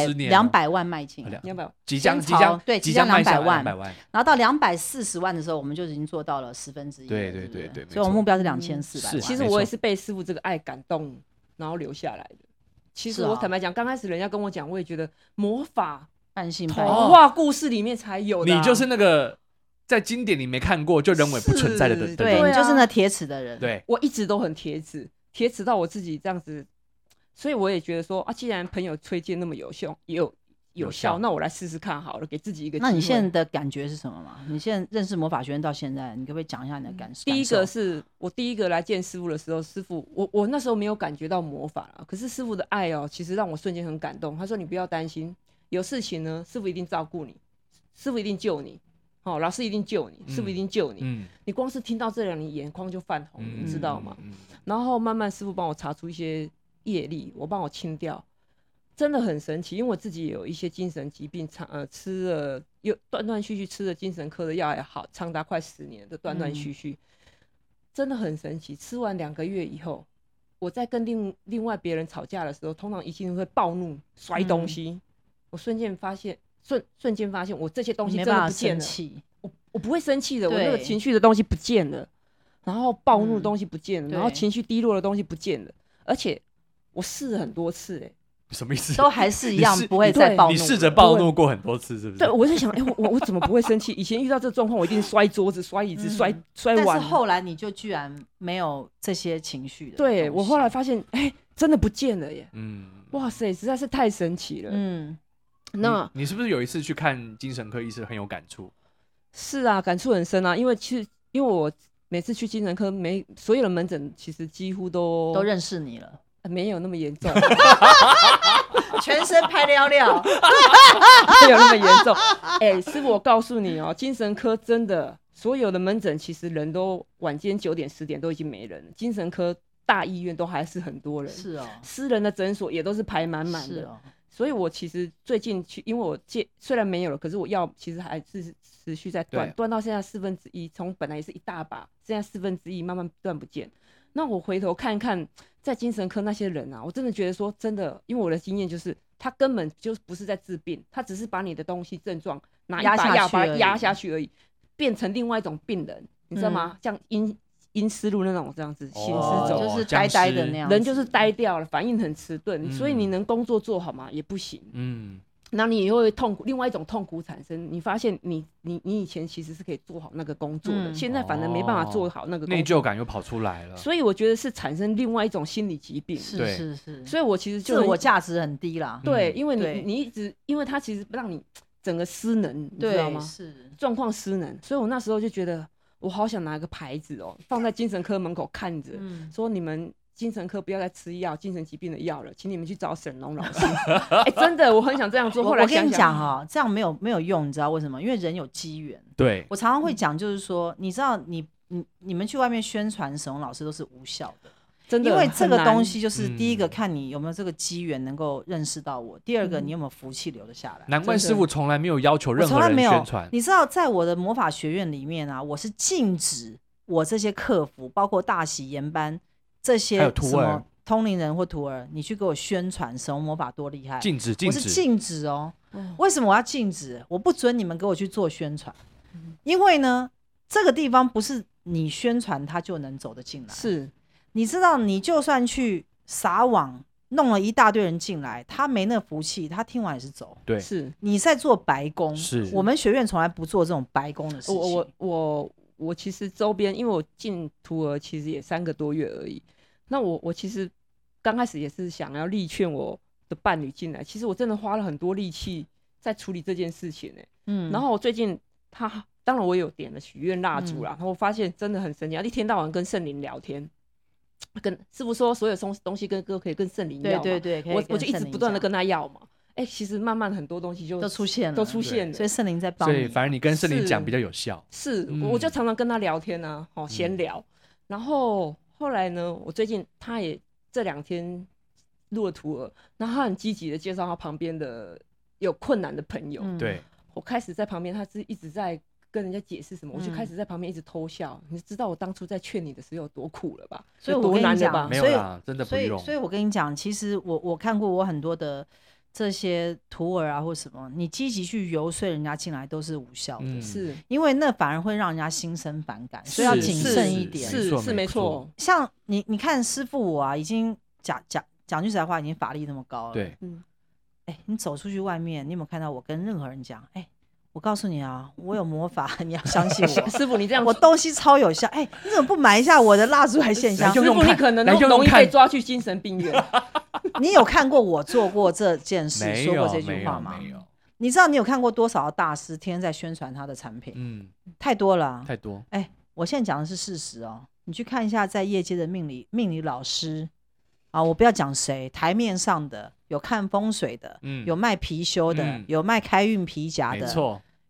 Speaker 1: 200万迈进
Speaker 3: ，200
Speaker 2: 即将
Speaker 1: 200万，然后到240万的时候，我们就已经做到了1/10。
Speaker 2: 对，
Speaker 1: 所以我们目标是2400万。
Speaker 3: 其实我也是被师傅这个爱感动，然后留下来的。其实我坦白讲，刚开始人家跟我讲，我也觉得魔法
Speaker 1: 半信半疑，
Speaker 3: 童话故事里面才有的。
Speaker 2: 你就是那个在经典里没看过就认为不存在的人，
Speaker 1: 对，你就是那铁齿的人。
Speaker 2: 对，
Speaker 3: 我一直都很铁齿到我自己这样子。所以我也觉得说啊，既然朋友推荐那么有效，那我来试试看好了，给自己一个机会。
Speaker 1: 那你现在的感觉是什么嘛？你现在认识魔法学院到现在，你可不可以讲一下你的感受？
Speaker 3: 第一个是我第一个来见师傅的时候，师傅我那时候没有感觉到魔法了，可是师傅的爱哦，其实让我瞬间很感动。他说你不要担心，有事情呢，师傅一定照顾你，师傅一定救你。 老师一定救你，师傅一定救你。你光是听到这样，你眼眶就泛红，你知道吗？然后慢慢师傅帮我查出一些业力，我帮我清掉，真的很神奇。因为我自己有一些精神疾病，吃了又断断续续吃了精神科的药也好，长达快10年的断断续续，真的很神奇。吃完2个月以后，我在跟另外别人吵架的时候，通常一定会暴怒摔东西，我瞬间发现我这些东西真的不见了。我不会生气的，我那个情绪的东西不见了，然后暴怒的东西不见了，然后情绪低落的东西不见了，而且我试了很多次，
Speaker 2: 什么意思？
Speaker 1: 都还是一样，不会再暴怒。
Speaker 2: 你试着暴怒过很多次，是不是？
Speaker 3: 对，我在想，我怎么不会生气？以前遇到这状况，我一定摔桌子、摔椅子、摔碗。
Speaker 1: 但是后来你就居然没有这些情绪的。
Speaker 3: 对，我后来发现，真的不见了耶！哇塞，实在是太神奇了。
Speaker 2: 那你是不是有一次去看精神科医师很有感触？
Speaker 3: 是啊，感触很深啊，因为我每次去精神科，所有的门诊其实几乎都
Speaker 1: 认识你了。
Speaker 3: 没有那么严重，
Speaker 1: 全身拍撩撩，
Speaker 3: 没有那么严重。师傅，我告诉你哦，精神科真的所有的门诊其实人都晚间9点10点都已经没人了，精神科大医院都还是很多人，
Speaker 1: 是哦，
Speaker 3: 私人的诊所也都是排满满的。是哦，所以我其实最近去，因为我虽然没有了，可是我药其实还是持续在断到现在1/4，从本来也是一大把，现在1/4慢慢断不见。那我回头看看在精神科那些人啊，我真的觉得说真的，因为我的经验就是他根本就不是在治病，他只是把你的东西症状拿一把药把它压下去而已，变成另外一种病人，你知道吗？像阴思路那种这样子行尸走，
Speaker 1: 就是呆呆的那样，
Speaker 3: 人就是呆掉了，反应很迟钝，所以你能工作做好吗？也不行。那你也会痛苦，另外一种痛苦产生。你发现你以前其实是可以做好那个工作的，现在反而没办法做好那个工作，
Speaker 2: 内疚感又跑出来了。
Speaker 3: 所以我觉得是产生另外一种心理疾病。
Speaker 1: 是。
Speaker 3: 所以我其实
Speaker 1: 自我价值很低啦。
Speaker 3: 对，因为你一直，因为他其实让你整个失能，你知道吗？
Speaker 1: 是
Speaker 3: 状况失能。所以我那时候就觉得，我好想拿个牌子放在精神科门口看着，说你们精神科不要再吃精神疾病的药了，请你们去找沈龙老师。真的，我很想这样做。后来
Speaker 1: 我跟你讲这样没有用，你知道为什么？因为人有机缘。
Speaker 2: 对，
Speaker 1: 我常常会讲，就是说，你知道你们去外面宣传沈龙老师都是无效的，
Speaker 3: 真的，
Speaker 1: 因为这个东西就是第一个看你有没有这个机缘能够认识到我，第二个你有没有福气留得下来。
Speaker 2: 难怪师傅从来没有要求任何人宣传。
Speaker 1: 你知道，在我的魔法学院里面啊，我是禁止我这些客服，包括大喜研班。这些什么通灵人或徒儿，你去给我宣传神魔法多厉害，
Speaker 2: 禁止，
Speaker 1: 我是禁止哦。为什么我要禁止？我不准你们给我去做宣传，因为呢，这个地方不是你宣传他就能走得进来。
Speaker 3: 是，
Speaker 1: 你知道，你就算去撒网弄了一大堆人进来，他没那福气，他听完也是走。
Speaker 2: 对，
Speaker 3: 是
Speaker 1: 你在做白工。
Speaker 2: 是
Speaker 1: 我们学院从来不做这种白工的事情。
Speaker 3: 我其实周边，因为我进徒儿其实也3个多月而已。那我其实刚开始也是想要力劝我的伴侣进来，其实我真的花了很多力气在处理这件事情然后我最近当然我有点了许愿蜡烛啦，然后我发现真的很神奇，一天到晚跟圣灵聊天，跟师傅说所有东西都可以跟圣灵要嘛，
Speaker 1: 对，
Speaker 3: 我就一直不断的跟他要嘛。其实慢慢很多东西就
Speaker 1: 都出现了，所以圣灵在帮你。
Speaker 2: 所以反正你跟圣灵讲比较有效。
Speaker 3: 是，我就常常跟他聊天啊，闲聊。然后后来呢，我最近他也这2天入了徒儿，然后他很积极的介绍他旁边的有困难的朋友。
Speaker 2: 对，
Speaker 3: 我开始在旁边，他是一直在跟人家解释什么，我就开始在旁边一直偷笑。你知道我当初在劝你的时候有多苦了吧？
Speaker 1: 所以我跟你讲，
Speaker 2: 没有啦，真的不用。
Speaker 1: 所以我跟你讲，其实我看过我很多的这些徒儿啊或什么，你积极去游说人家进来都是无效的，
Speaker 3: 是因
Speaker 1: 为那反而会让人家心生反感，所以要谨慎一点。
Speaker 3: 是没错。
Speaker 1: 像你看师父我啊，已经讲句实在话，已经法力那么高了。
Speaker 2: 对，
Speaker 1: 你走出去外面，你有没有看到我跟任何人讲？我告诉你啊，我有魔法，你要相信我。
Speaker 3: 师傅，你这样，
Speaker 1: 我东西超有效。你怎么不买一下我的蜡烛还线香？
Speaker 3: 师傅，你可能容易被抓去精神病院。
Speaker 1: 你有看过我做过这件事，说过这句话吗？
Speaker 2: 没有。
Speaker 1: 你知道你有看过多少大师天天在宣传他的产品？太多了，
Speaker 2: 太多。
Speaker 1: 我现在讲的是事实哦。你去看一下，在业界的命理老师啊，我不要讲谁，台面上的有看风水的，有卖貔貅的，有卖开运皮夹的，
Speaker 2: 没错。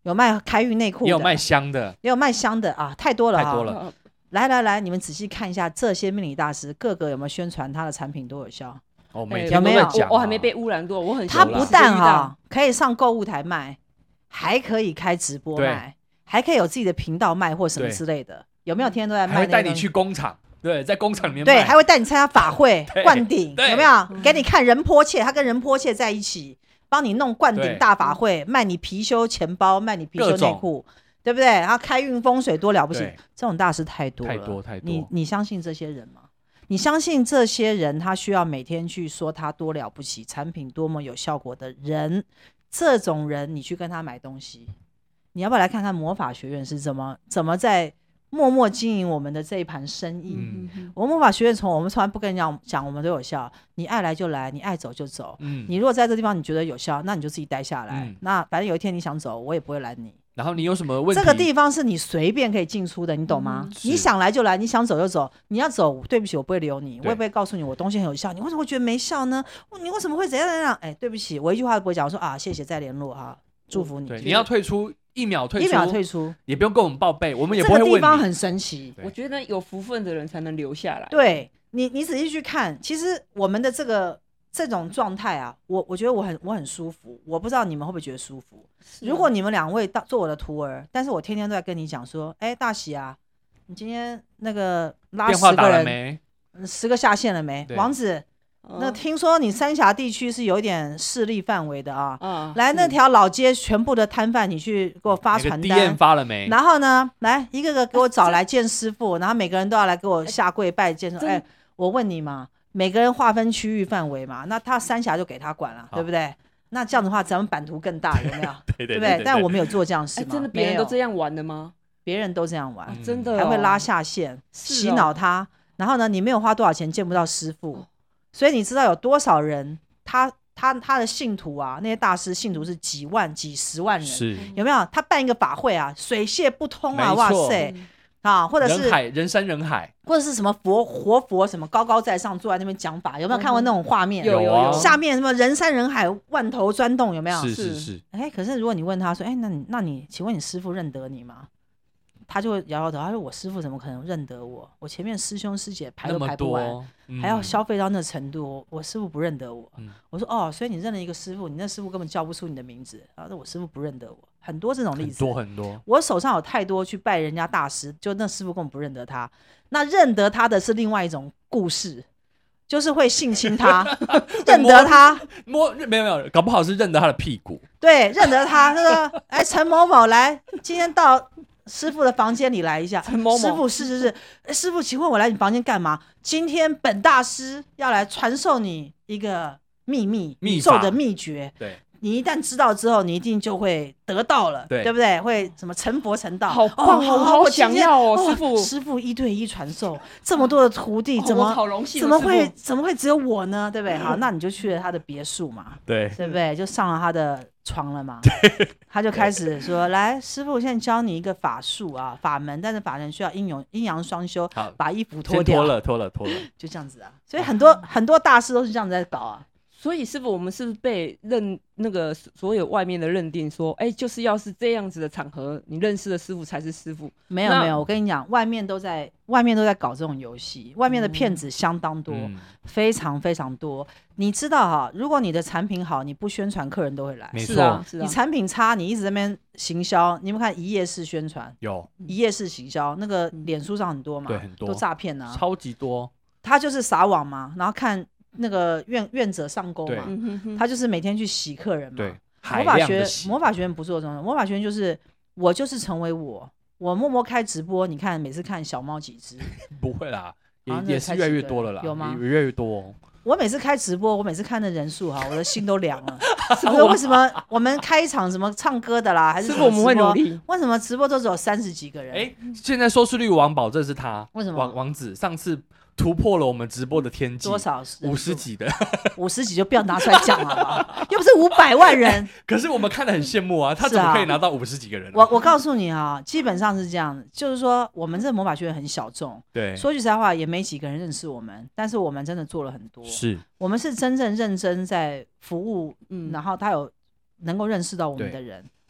Speaker 1: 有卖开运内裤的，
Speaker 2: 也有卖香的，
Speaker 1: 也有卖香的啊，太多了哈，
Speaker 2: 太多了。
Speaker 1: 来，你们仔细看一下这些命理大师，个个有没有宣传他的产品多有效？
Speaker 2: 每天都在讲，
Speaker 3: 我还没被污染过，我很
Speaker 1: 他不但可以上购物台卖，还可以开直播卖，还可以有自己的频道卖或什么之类的，有没有天天都在卖？
Speaker 2: 还会带你去工厂，对，在工厂里面卖，
Speaker 1: 对，还会带你参加法会灌顶，有没有？给你看仁波切，他跟仁波切在一起，帮你弄灌顶大法会，卖你貔貅钱包，卖你貔貅内裤，对不对？然后开运风水多了不起，这种大师太多了，
Speaker 2: 太多。
Speaker 1: 你相信这些人吗？你相信这些人他需要每天去说他多了不起，产品多么有效果的人，这种人你去跟他买东西，你要不要来看看魔法学院是怎么在默默经营我们的这一盘生意？我们魔法学院我们从来不跟人讲我们都有效，你爱来就来，你爱走就走。你如果在这地方你觉得有效，那你就自己待下来。那反正有一天你想走，我也不会拦你。
Speaker 2: 然后你有什么问题？
Speaker 1: 这个地方是你随便可以进出的，你懂吗？你想来就来，你想走就走。你要走，对不起，我不会留你，我也不会告诉你我东西很有效。你为什么会觉得没效呢？你为什么会怎样怎样？对不起，我一句话都不会讲。我说啊，谢谢，再联络哈，祝福你。
Speaker 2: 对，你要退出，1秒退出，也不用跟我们报备，我们也不会问你。
Speaker 1: 这个地方很神奇，
Speaker 3: 我觉得有福分的人才能留下来。
Speaker 1: 对你仔细去看，其实我们的这种状态啊，我觉得我很舒服，我不知道你们会不会觉得舒服。如果你们2位做我的徒儿，但是我天天都在跟你讲说，大喜啊，你今天那个拉10个人，10个下线了没？王子，那听说你三峡地区是有一点势力范围的啊，来那条老街全部的摊贩，你去给我发传单，
Speaker 2: 发了没？
Speaker 1: 然后呢，来一个个给我找来见师傅，然后每个人都要来给我下跪拜见。我问你嘛，每个人划分区域范围嘛，那他三峡就给他管了，对不对？那这样的话，咱们版图更大，有没有？对不对？但我们有做这样事吗？
Speaker 3: 真的，别人都这样玩的吗？
Speaker 1: 别人都这样玩，
Speaker 3: 真的
Speaker 1: 还会拉下线，洗脑他。然后呢，你没有花多少钱，见不到师傅，所以你知道有多少人，他的信徒啊，那些大师信徒是几万、几十万人，有没有？他办一个法会啊，水泄不通啊，哇塞！或者是
Speaker 2: 人山人海，
Speaker 1: 或者是什么活佛什么高高在上坐在那边讲法，有没有看过那种画面？
Speaker 3: 有
Speaker 1: 下面什么人山人海，万头钻洞，有没有？
Speaker 2: 是。
Speaker 1: 可是如果你问他说，那你请问你师父认得你吗？他就会摇摇头，他说我师父怎么可能认得我？我前面师兄师姐排都排不完，还要消费到那程度，我师父不认得我。我说所以你认了一个师父，你那师父根本叫不出你的名字，然后我师父不认得我。很多这种例子，
Speaker 2: 很多。
Speaker 1: 我手上有太多去拜人家大师，就那师父根本不认得他。那认得他的是另外一种故事，就是会性侵他，认得他
Speaker 2: 没有，搞不好是认得他的屁股。
Speaker 1: 对，认得他，他说：“陈某某来，今天到师父的房间里来一下。”陈某某，师父是，师父，请问我来你房间干嘛？今天本大师要来传授你一个秘密，宇宙的秘诀。
Speaker 2: 对。
Speaker 1: 你一旦知道之后，你一定就会得到了，对不对？会什么成佛成道？
Speaker 3: 好棒哦，好想要哦，
Speaker 1: 师父1对1传授，这么多的徒弟，怎么会只有我呢？对不对？好，那你就去了他的别墅嘛，对不对？就上了他的床了嘛，他就开始说：“来，师父，现在教你一个法术啊，法门，但是法门需要阴阳双修，把衣服脱掉，
Speaker 2: 脱了，
Speaker 1: 就这样子啊。所以很多大师都是这样子在搞啊。”
Speaker 3: 所以师父，我们是不是被那个所有外面的认定说，就是要是这样子的场合，你认识的师父才是师父？
Speaker 1: 没有，我跟你讲，外面都在搞这种游戏，外面的骗子相当多，非常非常多。你知道哈，如果你的产品好，你不宣传，客人都会来。
Speaker 2: 没错，
Speaker 1: 你产品差，你一直在那边行销，你们看一页式宣传，
Speaker 2: 有
Speaker 1: 一页式行销，那个脸书上很多嘛，
Speaker 2: 对，很多
Speaker 1: 都诈骗啊，
Speaker 2: 超级多。
Speaker 1: 他就是撒网嘛，然后看那个愿者上钩嘛，他就是每天去洗客人嘛。
Speaker 2: 对，
Speaker 1: 魔法学院不做这种，魔法学院就是我就是成为我默默开直播，你看每次看小猫几只，
Speaker 2: 不会啦，也是越来越多了啦，
Speaker 1: 有吗？
Speaker 2: 越来越多。
Speaker 1: 我每次开直播，我每次看的人数哈，我的心都凉了。是不是？为什么我们开一场什么唱歌的啦，还是什么
Speaker 3: 我们会努力？
Speaker 1: 为什么直播都只有30几个人？
Speaker 2: 现在收视率王保证是他，
Speaker 1: 为什么？
Speaker 2: 王子上次突破了我们直播的天际，
Speaker 1: 多少
Speaker 2: ？50几的
Speaker 1: ，50几就不要拿出来讲好不好？又不是500万人。
Speaker 2: 可是我们看得很羡慕啊，他怎么可以拿到50几个人？
Speaker 1: 我告诉你啊，基本上是这样，就是说我们这个魔法学院很小众，
Speaker 2: 对，
Speaker 1: 说句实在话，也没几个人认识我们，但是我们真的做了很多，
Speaker 2: 是
Speaker 1: 我们是真正认真在服务，然后他有能够认识到我们的人。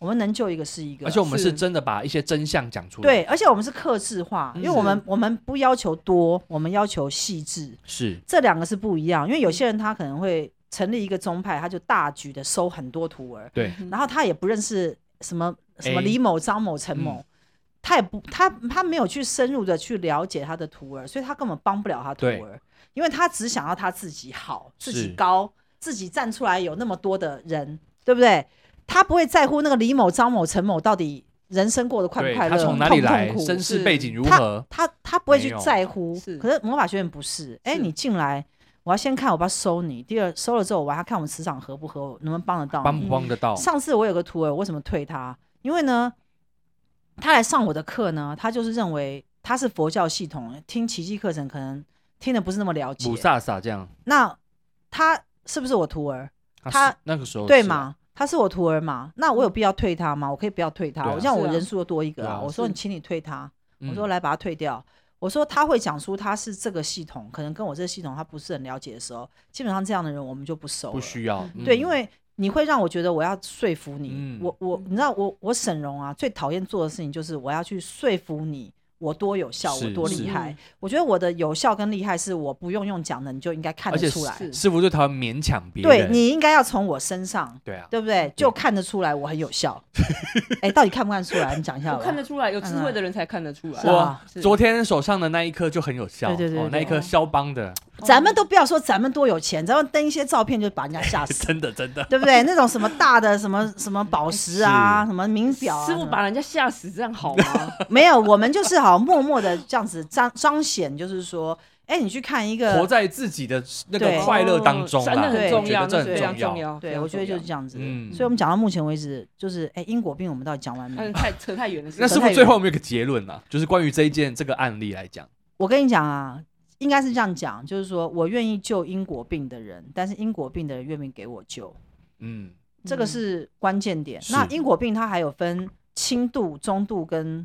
Speaker 1: 我们能救一个是一个，
Speaker 2: 而且我们是真的把一些真相讲出来。
Speaker 1: 对，而且我们是客制化，因为我们不要求多，我们要求细致，
Speaker 2: 是
Speaker 1: 这两个是不一样。因为有些人他可能会成立一个宗派，他就大举的收很多徒儿，
Speaker 2: 对，
Speaker 1: 然后他也不认识什么李某、张某、陈某。他也不，他没有去深入的去了解他的徒儿，所以他根本帮不了他徒儿，因为他只想要他自己好、自己高、自己站出来有那么多的人，对不对？他不会在乎那个李某、张某、陈某到底人生过得快不快乐，
Speaker 2: 他从哪里来，
Speaker 1: 痛苦
Speaker 2: 身世背景如何，
Speaker 1: 他不会去在乎。可是魔法学院不是，你进来，我要先看我要不要收你，第二收了之后，我还要看我们磁场合不合，能不能帮得到你，
Speaker 2: 帮不帮得到。
Speaker 1: 上次我有个徒儿，为什么退他？因为呢，他来上我的课呢，他就是认为他是佛教系统，听奇迹课程可能听得不是那么了解，
Speaker 2: 不飒飒这样。
Speaker 1: 那他是不是我徒儿？
Speaker 2: 他那个时候
Speaker 1: 对吗？他是我徒儿嘛？那我有必要退他吗？我可以不要退他，我这样我人数又多一个我说你请你退他，我说来把他退掉。我说他会讲出他是这个系统，可能跟我这个系统他不是很了解的时候，基本上这样的人我们就不收了，
Speaker 2: 不需要。
Speaker 1: 对，因为你会让我觉得我要说服你，你知道我沈荣啊最讨厌做的事情就是我要去说服你。我多有效，我多厉害！我觉得我的有效跟厉害是我不用讲的，你就应该看得出来。
Speaker 2: 师傅就讨厌勉强别人，
Speaker 1: 对你应该要从我身上，对不对？就看得出来我很有效。到底看不看出来？你讲一下。
Speaker 3: 我看得出来，有智慧的人才看得出来。
Speaker 2: 我昨天手上的那一颗就很有效，
Speaker 1: 对，
Speaker 2: 那一颗肖邦的。
Speaker 1: 咱们都不要说咱们多有钱，咱们登一些照片就把人家吓死，
Speaker 2: 真的，对
Speaker 1: 不对？那种什么大的什么宝石啊，什么名表啊，
Speaker 3: 师傅把人家吓死，这样好吗？
Speaker 1: 没有，我们就是好默默的这样子彰显，就是说，你去看一个
Speaker 2: 活在自己的那个快乐当中，
Speaker 3: 真的很重要，
Speaker 2: 这很
Speaker 3: 重要。
Speaker 1: 对，我觉得就是这样子。所以我们讲到目前为止，就是因果病我们到底讲完没？
Speaker 3: 扯太远了。
Speaker 2: 那是不是最后我们有个结论啊？就是关于这个案例来讲，
Speaker 1: 我跟你讲啊。应该是这样讲，就是说我愿意救因果病的人，但是因果病的人愿不愿意给我救？这个是关键点。那因果病它还有分轻度、中度跟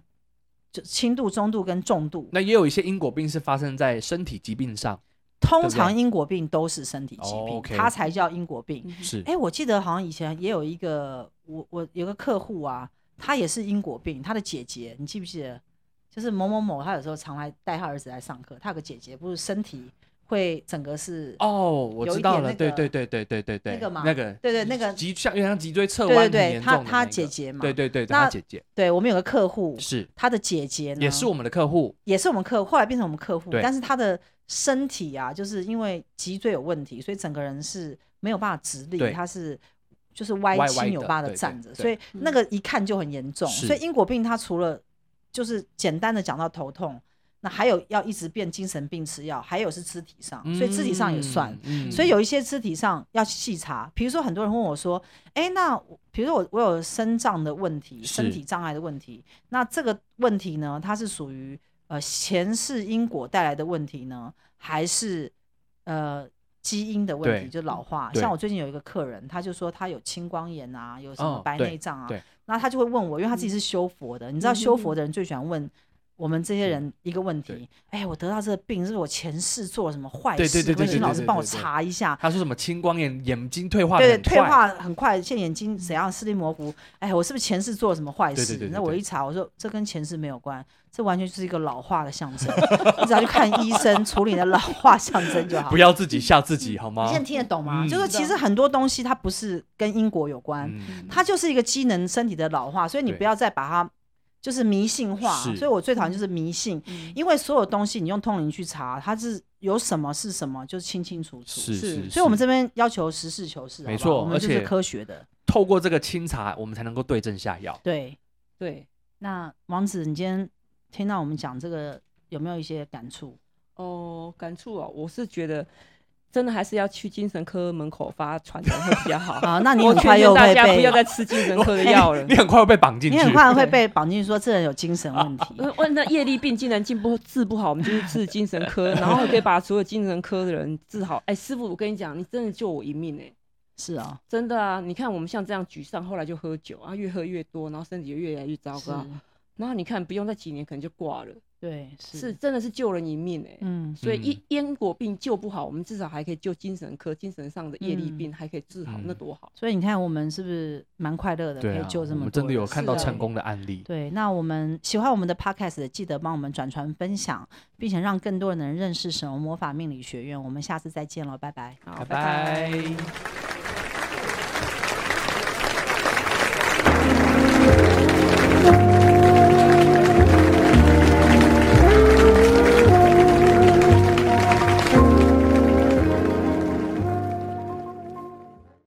Speaker 1: 重度。
Speaker 2: 那也有一些因果病是发生在身体疾病上。
Speaker 1: 通常因果病都是身体疾病，它才叫因果病。
Speaker 2: 是，
Speaker 1: 我记得好像以前也有一个，我有个客户啊，他也是因果病，他的姐姐，你记不记得？就是某某某，他有时候常来带他儿子来上课。他有个姐姐，不是身体会整个是
Speaker 2: 我知道了，对，
Speaker 1: 那个嘛，
Speaker 2: 那个
Speaker 1: 对那个
Speaker 2: 有点像脊椎侧弯，
Speaker 1: 对，他姐姐嘛，
Speaker 2: 对，他姐姐。
Speaker 1: 对，我们有个客户
Speaker 2: 是
Speaker 1: 他的姐姐呢，
Speaker 2: 也是我们的客户，
Speaker 1: 后来变成我们客户，但是他的身体啊，就是因为脊椎有问题，所以整个人是没有办法直立，他是就是歪七扭八的站着，所以那个一看就很严重。所以因果病它除了就是简单的讲到头痛，那还有要一直变精神病吃药，还有是肢体上，所以肢体上也算。所以有一些肢体上要细查，比如说很多人问我说，那比如说我有身障的问题，身体障碍的问题，那这个问题呢，它是属于前世因果带来的问题呢，还是基因的问题，就老化？像我最近有一个客人，他就说他有青光眼啊，有什么白内障啊，然后他就会问我，因为他自己是修佛的，你知道修佛的人最喜欢问我们这些人一个问题，我得到这个病是不是我前世做了什么坏事？对，请老师帮我查一下。
Speaker 2: 他说什么青光眼，眼睛退化
Speaker 1: 退化很快，现在眼睛怎样视力模糊？我是不是前世做了什么坏事？那我一查，我说这跟前世没有关，这完全就是一个老化的象征。你只要去看医生处理你的老化象征就好，
Speaker 2: 不要自己吓自己好吗？
Speaker 1: 你现在听得懂吗？就是其实很多东西它不是跟因果有关，它就是一个机能身体的老化，所以你不要再把它就是迷信化。所以我最讨厌就是迷信，因为所有东西你用通灵去查，它是有什么是什么，就是清清楚楚。
Speaker 2: 是，
Speaker 1: 所以我们这边要求实事求是，
Speaker 2: 没错，
Speaker 1: 我们就是科学的。
Speaker 2: 透过这个清查，我们才能够对症下药。
Speaker 1: 对。那王子，你今天听到我们讲这个，有没有一些感触？
Speaker 3: 感触啊，我是觉得真的还是要去精神科门口发传单会比较好。
Speaker 1: 好，那你很快又会被，
Speaker 3: 大家不要再吃精神科的药了。
Speaker 2: 你很快会被绑进去，
Speaker 1: 你很快会被绑进去，说这人有精神问题。
Speaker 3: 问那业力病竟然治不好，我们就去治精神科，然后可以把所有精神科的人治好。师傅，我跟你讲，你真的救我一命
Speaker 1: 是啊，
Speaker 3: 真的啊！你看我们像这样沮丧，后来就喝酒啊，越喝越多，然后身体就越来越糟糕。然后你看，不用再几年，可能就挂了。
Speaker 1: 对，
Speaker 3: 是真的是救人一命所以因果病救不好，我们至少还可以救精神科、精神上的业力病，还可以治好，那多好。
Speaker 1: 所以你看我们是不是蛮快乐的，可以救这么多人？
Speaker 2: 我们真的有看到成功的案例。
Speaker 1: 对，那我们喜欢我们的 podcast 的，记得帮我们转传分享，并且让更多人能认识神魔法命理学院。我们下次再见了，拜拜。
Speaker 3: 好，拜拜。